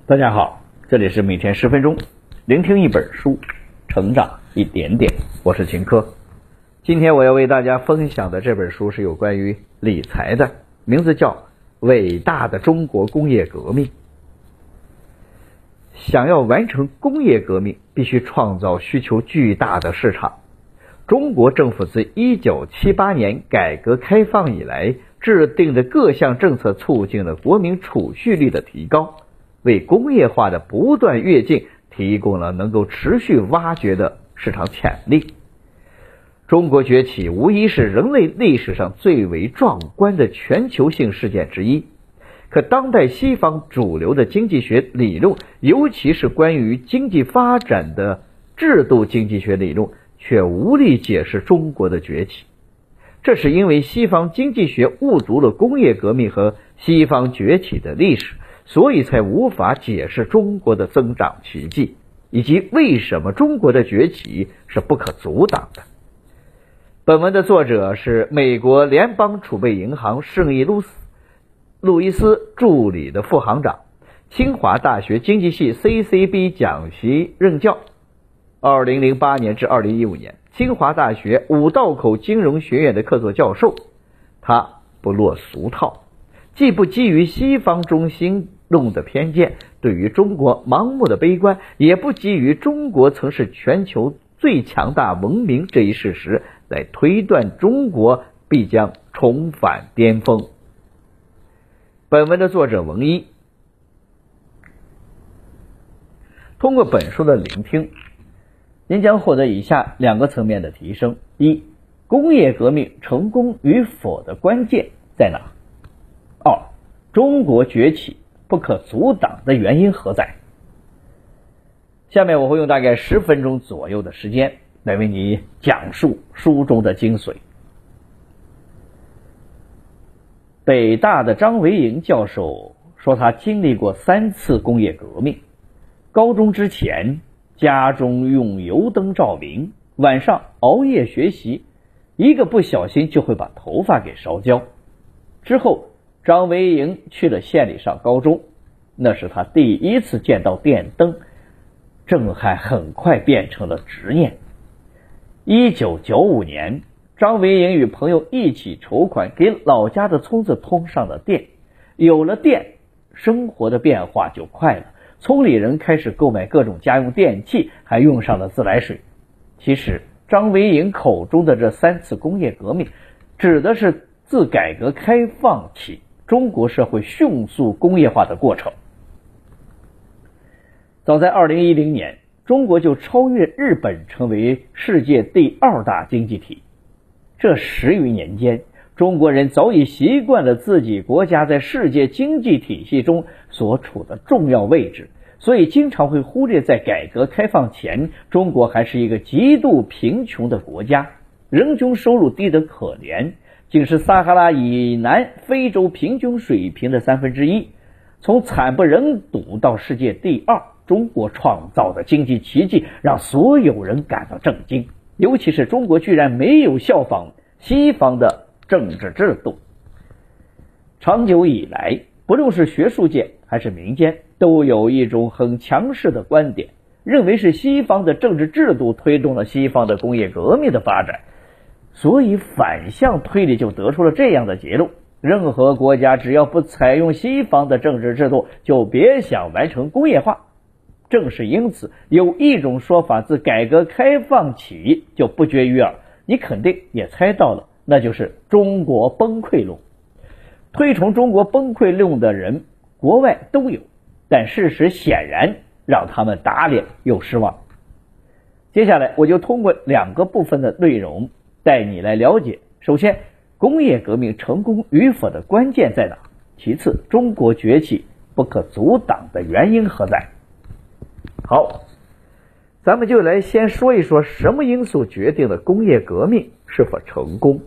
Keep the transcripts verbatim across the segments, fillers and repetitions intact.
大家好，这里是每天十分钟，聆听一本书，成长一点点。我是秦科。今天我要为大家分享的这本书是有关于理财的，名字叫《伟大的中国工业革命》。想要完成工业革命，必须创造需求巨大的市场。中国政府自一九七八年改革开放以来，制定的各项政策促进了国民储蓄率的提高，为工业化的不断跃进提供了能够持续挖掘的市场潜力。中国崛起无疑是人类历史上最为壮观的全球性事件之一。可当代西方主流的经济学理论，尤其是关于经济发展的制度经济学理论，却无力解释中国的崛起。这是因为西方经济学误读了工业革命和西方崛起的历史，所以才无法解释中国的增长奇迹，以及为什么中国的崛起是不可阻挡的。本文的作者是美国联邦储备银行圣伊路斯路易斯助理的副行长，清华大学经济系 C C B 讲席任教，二零零八年至二零一五年清华大学五道口金融学院的客座教授。他不落俗套，既不基于西方中心论的偏见，对于中国盲目的悲观，也不基于中国曾是全球最强大文明这一事实来推断中国必将重返巅峰。本文的作者文一，通过本书的聆听，您将获得以下两个层面的提升：一、工业革命成功与否的关键在哪？二、中国崛起不可阻挡的原因何在？下面我会用大概十分钟左右的时间来为你讲述书中的精髓。北大的张维迎教授说，他经历过三次工业革命。高中之前，家中用油灯照明，晚上熬夜学习，一个不小心就会把头发给烧焦。之后，张维迎去了县里上高中，那是他第一次见到电灯，震撼很快变成了执念。一九九五年，张维迎与朋友一起筹款给老家的村子通上了电。有了电，生活的变化就快了，村里人开始购买各种家用电器，还用上了自来水。其实张维迎口中的这三次工业革命，指的是自改革开放起中国社会迅速工业化的过程。早在二零一零年，中国就超越日本成为世界第二大经济体。这十余年间，中国人早已习惯了自己国家在世界经济体系中所处的重要位置，所以经常会忽略在改革开放前，中国还是一个极度贫穷的国家，人均收入低得可怜，仅是撒哈拉以南非洲平均水平的三分之一。从惨不忍睹到世界第二，中国创造的经济奇迹让所有人感到震惊，尤其是中国居然没有效仿西方的政治制度。长久以来，不论是学术界还是民间，都有一种很强势的观点，认为是西方的政治制度推动了西方的工业革命的发展。所以反向推理就得出了这样的结论：任何国家只要不采用西方的政治制度，就别想完成工业化。正是因此，有一种说法自改革开放起就不绝于耳，你肯定也猜到了，那就是中国崩溃论。推崇中国崩溃论的人，国外都有，但事实显然让他们打脸又失望。接下来我就通过两个部分的内容带你来了解：首先，工业革命成功与否的关键在哪？其次，中国崛起不可阻挡的原因何在？好，咱们就来先说一说什么因素决定了工业革命是否成功。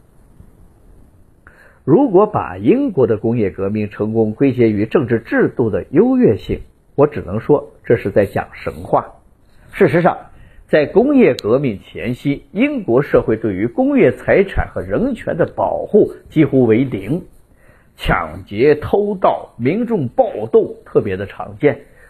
如果把英国的工业革命成功归结于政治制度的优越性，我只能说这是在讲神话。事实上，在工业革命前夕，英国社会对于工业财产和人权的保护几乎为零，抢劫、偷盗、民众暴动特别的常见。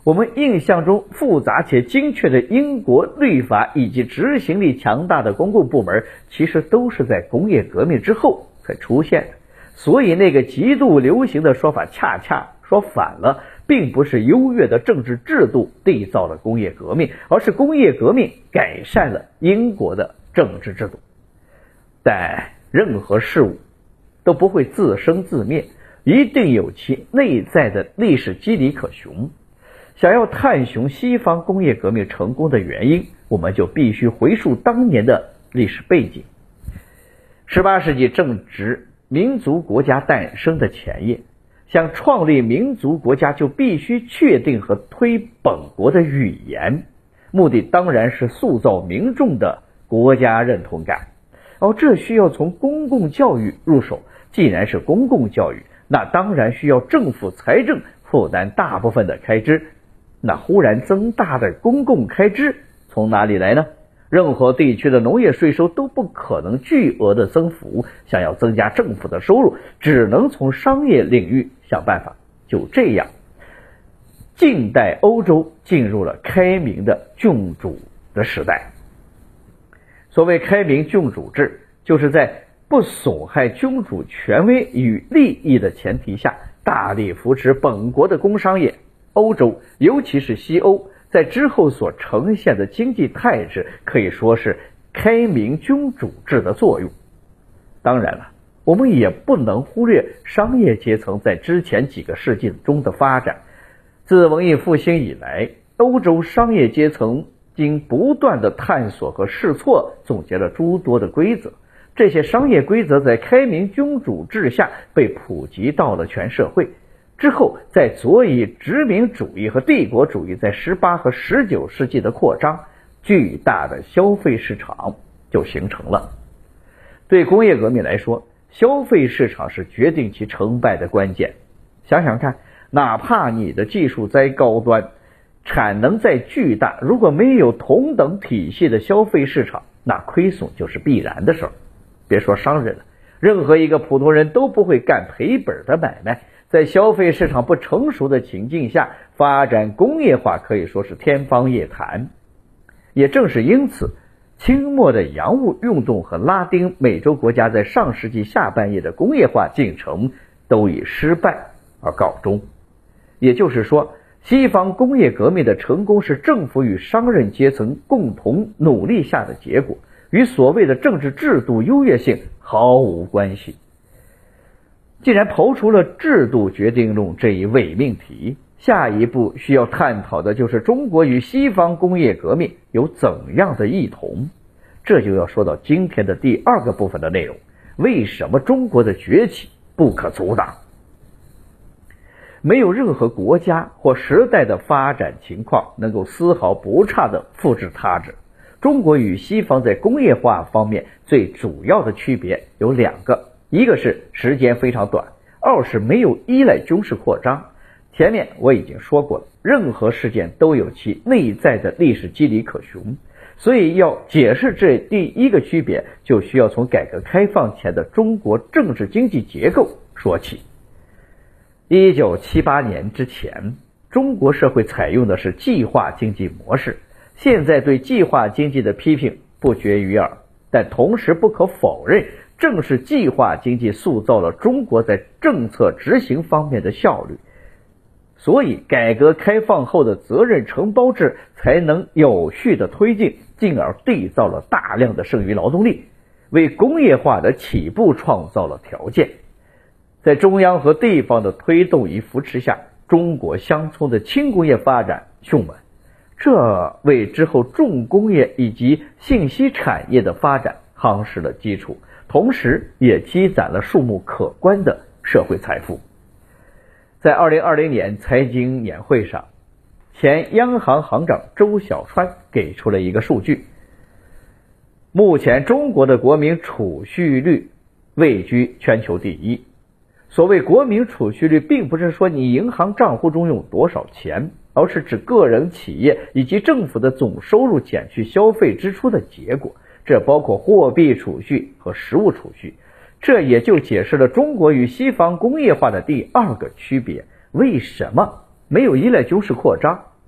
我们印象中复杂且精确的英国律法以及执行力强大的公共部门，其实都是在工业革命之后才出现的。所以那个极度流行的说法恰恰说反了，并不是优越的政治制度缔造了工业革命，而是工业革命改善了英国的政治制度。但任何事物都不会自生自灭，一定有其内在的历史机理可循。想要探寻西方工业革命成功的原因，我们就必须回溯当年的历史背景。十八世纪正值民族国家诞生的前夜，想创立民族国家就必须确定和推本国的语言，目的当然是塑造民众的国家认同感。而这需要从公共教育入手，既然是公共教育，那当然需要政府财政负担大部分的开支。那忽然增大的公共开支从哪里来呢？任何地区的农业税收都不可能巨额的增幅，想要增加政府的收入，只能从商业领域想办法。就这样，近代欧洲进入了开明的君主的时代。所谓开明君主制，就是在不损害君主权威与利益的前提下，大力扶持本国的工商业。欧洲，尤其是西欧，在之后所呈现的经济态势，可以说是开明君主制的作用。当然了，我们也不能忽略商业阶层在之前几个世纪中的发展。自文艺复兴以来，欧洲商业阶层经不断的探索和试错，总结了诸多的规则。这些商业规则在开明君主制下被普及到了全社会。之后，在佐以殖民主义和帝国主义在十八和十九世纪的扩张，巨大的消费市场就形成了。对工业革命来说，消费市场是决定其成败的关键。想想看，哪怕你的技术再高端，产能再巨大，如果没有同等体系的消费市场，那亏损就是必然的事儿。别说商人了，任何一个普通人都不会干赔本的买卖。在消费市场不成熟的情境下，发展工业化可以说是天方夜谭。也正是因此，清末的洋务运动和拉丁美洲国家在上世纪下半叶的工业化进程都以失败而告终。也就是说，西方工业革命的成功是政府与商人阶层共同努力下的结果，与所谓的政治制度优越性毫无关系。既然刨除了制度决定论这一伪命题，下一步需要探讨的就是中国与西方工业革命有怎样的异同。这就要说到今天的第二个部分的内容，为什么中国的崛起不可阻挡？没有任何国家或时代的发展情况能够丝毫不差地复制他者。中国与西方在工业化方面最主要的区别有两个，一个是时间非常短，二是没有依赖军事扩张。前面我已经说过了，任何事件都有其内在的历史机理可循，所以要解释这第一个区别，就需要从改革开放前的中国政治经济结构说起。一九七八年之前，中国社会采用的是计划经济模式，现在对计划经济的批评不绝于耳，但同时不可否认，正是计划经济塑造了中国在政策执行方面的效率。所以改革开放后的责任承包制才能有序的推进，进而缔造了大量的剩余劳动力，为工业化的起步创造了条件。在中央和地方的推动与扶持下，中国乡村的轻工业发展迅猛，这为之后重工业以及信息产业的发展夯实了基础，同时也积攒了数目可观的社会财富。在二零二零年财经年会上，前央行行长周小川给出了一个数据，目前中国的国民储蓄率位居全球第一。所谓国民储蓄率，并不是说你银行账户中有多少钱，而是指个人、企业以及政府的总收入减去消费支出的结果，这包括货币储蓄和实物储蓄。这也就解释了中国与西方工业化的第二个区别，为什么没有依赖军事扩张，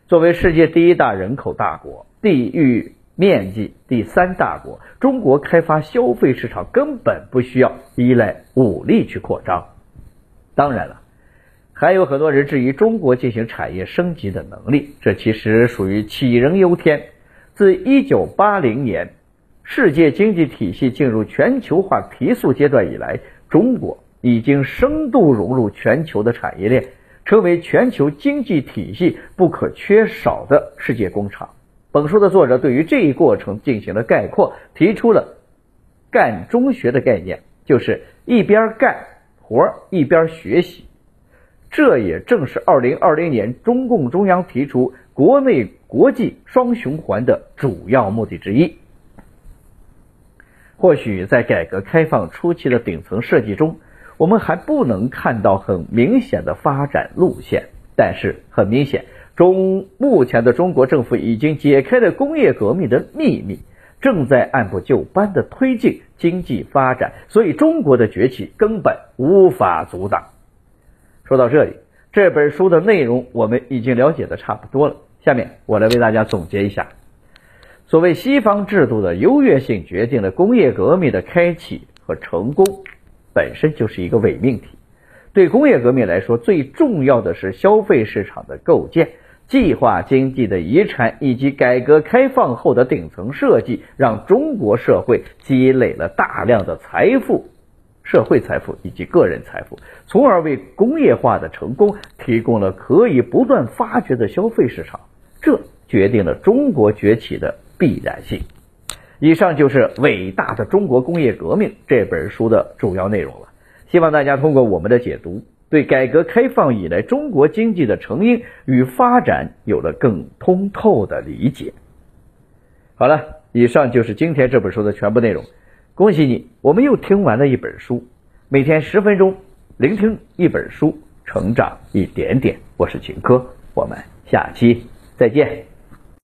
作为世界第一大人口大国，地域面积第三大国，中国开发消费市场根本不需要依赖武力去扩张。当然了，还有很多人质疑中国进行产业升级的能力，这其实属于杞人忧天。自一九八零年世界经济体系进入全球化提速阶段以来，中国已经深度融入全球的产业链，成为全球经济体系不可缺少的世界工厂。本书的作者对于这一过程进行了概括，提出了干中学的概念，就是一边干活一边学习。这也正是二零二零年中共中央提出国内国际双循环的主要目的之一。或许在改革开放初期的顶层设计中，我们还不能看到很明显的发展路线，但是很明显，中目前的中国政府已经解开了工业革命的秘密，正在按部就班地推进经济发展，所以中国的崛起根本无法阻挡。说到这里，这本书的内容我们已经了解的差不多了，下面我来为大家总结一下。所谓西方制度的优越性决定了工业革命的开启和成功，本身就是一个伪命题。对工业革命来说，最重要的是消费市场的构建，计划经济的遗产以及改革开放后的顶层设计，让中国社会积累了大量的财富，社会财富以及个人财富，从而为工业化的成功提供了可以不断发掘的消费市场，这决定了中国崛起的必然性。以上就是《伟大的中国工业革命》这本书的主要内容了，希望大家通过我们的解读，对改革开放以来中国经济的成因与发展有了更通透的理解。好了，以上就是今天这本书的全部内容。恭喜你，我们又听完了一本书。每天十分钟，聆听一本书，成长一点点。我是秦科，我们下期再见。